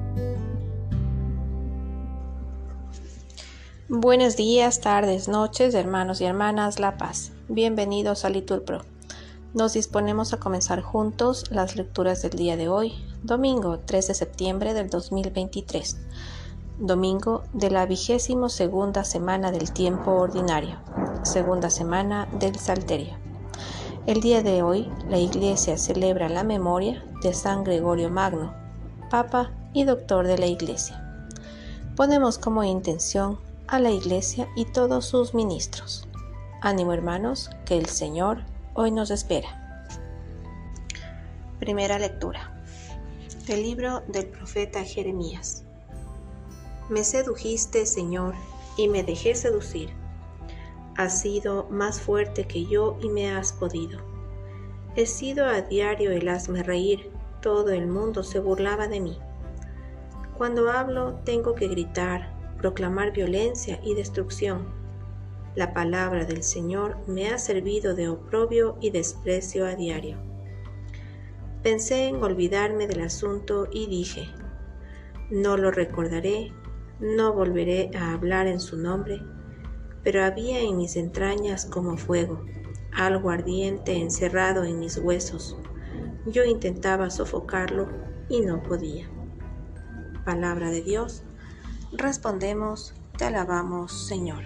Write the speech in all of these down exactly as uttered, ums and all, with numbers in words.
Buenos días, tardes, noches, hermanos y hermanas La Paz. Bienvenidos a Liturpro. Nos disponemos a comenzar juntos las lecturas del día de hoy, domingo tres de septiembre del dos mil veintitrés, domingo de la vigésimo segunda semana del tiempo ordinario, segunda semana del Salterio. El día de hoy la Iglesia celebra la memoria de San Gregorio Magno, Papa y Doctor de la Iglesia. Ponemos como intención a la Iglesia y todos sus ministros. Ánimo, hermanos, que el Señor hoy nos espera. Primera lectura del libro del profeta Jeremías. Me sedujiste, Señor, y me dejé seducir. Has sido más fuerte que yo y me has podido. He sido a diario el hazme reír, todo el mundo se burlaba de mí. Cuando hablo tengo que gritar, proclamar violencia y destrucción. La palabra del Señor me ha servido de oprobio y desprecio a diario. Pensé en olvidarme del asunto y dije, no lo recordaré, no volveré a hablar en su nombre, pero había en mis entrañas como fuego, algo ardiente encerrado en mis huesos. Yo intentaba sofocarlo y no podía. Palabra de Dios. Respondemos, te alabamos, Señor.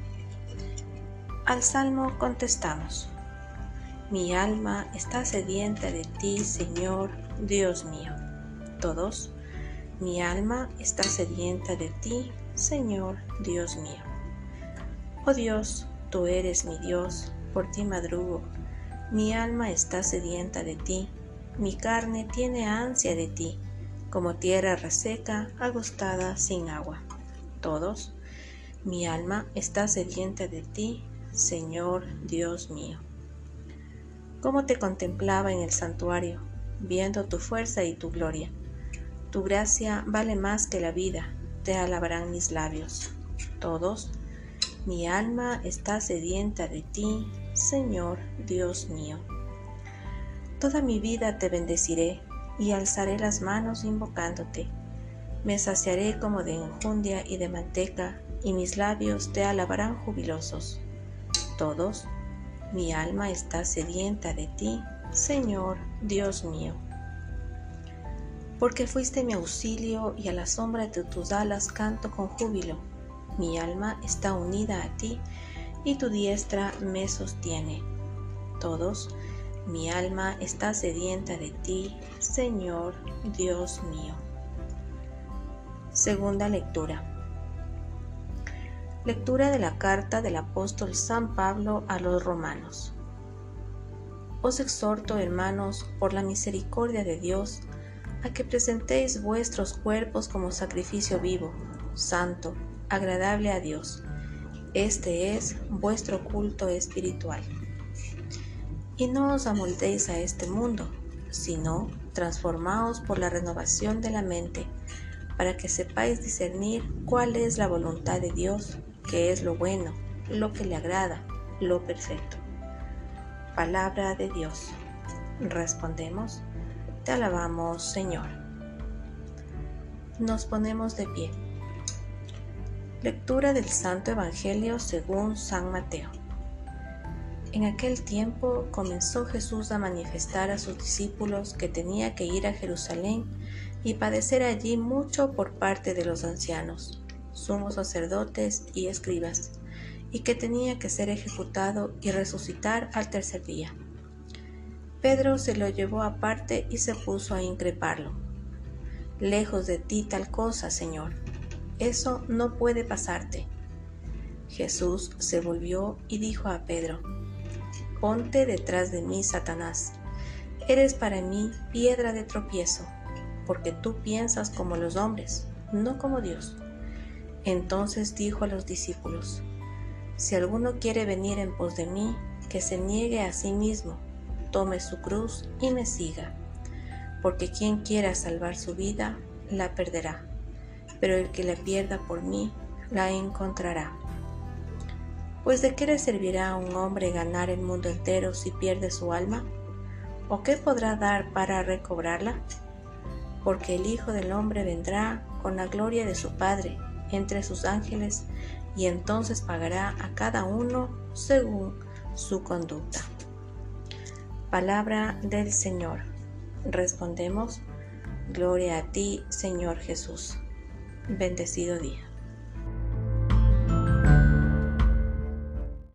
Al Salmo contestamos, mi alma está sedienta de ti, Señor, Dios mío. Todos, mi alma está sedienta de ti, Señor, Dios mío. Oh Dios, tú eres mi Dios, por ti madrugo. Mi alma está sedienta de ti, mi carne tiene ansia de ti, como tierra reseca, agostada sin agua. Todos, mi alma está sedienta de ti, Señor Dios mío. Cómo te contemplaba en el santuario, viendo tu fuerza y tu gloria. Tu gracia vale más que la vida, te alabarán mis labios. Todos, mi alma está sedienta de ti, Señor Dios mío. Toda mi vida te bendeciré y alzaré las manos invocándote. Me saciaré como de enjundia y de manteca, y mis labios te alabarán jubilosos. Todos, mi alma está sedienta de ti, Señor Dios mío. Porque fuiste mi auxilio y a la sombra de tus alas canto con júbilo. Mi alma está unida a ti y tu diestra me sostiene. Todos, mi alma está sedienta de ti, Señor Dios mío. Segunda lectura. Lectura de la carta del apóstol San Pablo a los romanos. Os exhorto, hermanos, por la misericordia de Dios, a que presentéis vuestros cuerpos como sacrificio vivo, santo, agradable a Dios. Este es vuestro culto espiritual. Y no os amoldéis a este mundo, sino transformaos por la renovación de la mente, para que sepáis discernir cuál es la voluntad de Dios, que es lo bueno, lo que le agrada, lo perfecto. Palabra de Dios. Respondemos, te alabamos, Señor. Nos ponemos de pie. Lectura del Santo Evangelio según San Mateo. En aquel tiempo comenzó Jesús a manifestar a sus discípulos que tenía que ir a Jerusalén y padecer allí mucho por parte de los ancianos, sumos sacerdotes y escribas, y que tenía que ser ejecutado y resucitar al tercer día. Pedro se lo llevó aparte y se puso a increparlo. Lejos de ti tal cosa, Señor, eso no puede pasarte. Jesús se volvió y dijo a Pedro, ponte detrás de mí, Satanás, eres para mí piedra de tropiezo, porque tú piensas como los hombres, no como Dios. Entonces dijo a los discípulos, si alguno quiere venir en pos de mí, que se niegue a sí mismo, tome su cruz y me siga, porque quien quiera salvar su vida, la perderá, pero el que la pierda por mí, la encontrará. Pues ¿de qué le servirá a un hombre ganar el mundo entero si pierde su alma? ¿O qué podrá dar para recobrarla? porque el Hijo del Hombre vendrá con la gloria de su Padre entre sus ángeles, y entonces pagará a cada uno según su conducta. Palabra del Señor. Respondemos: Gloria a ti, Señor Jesús. Bendecido día.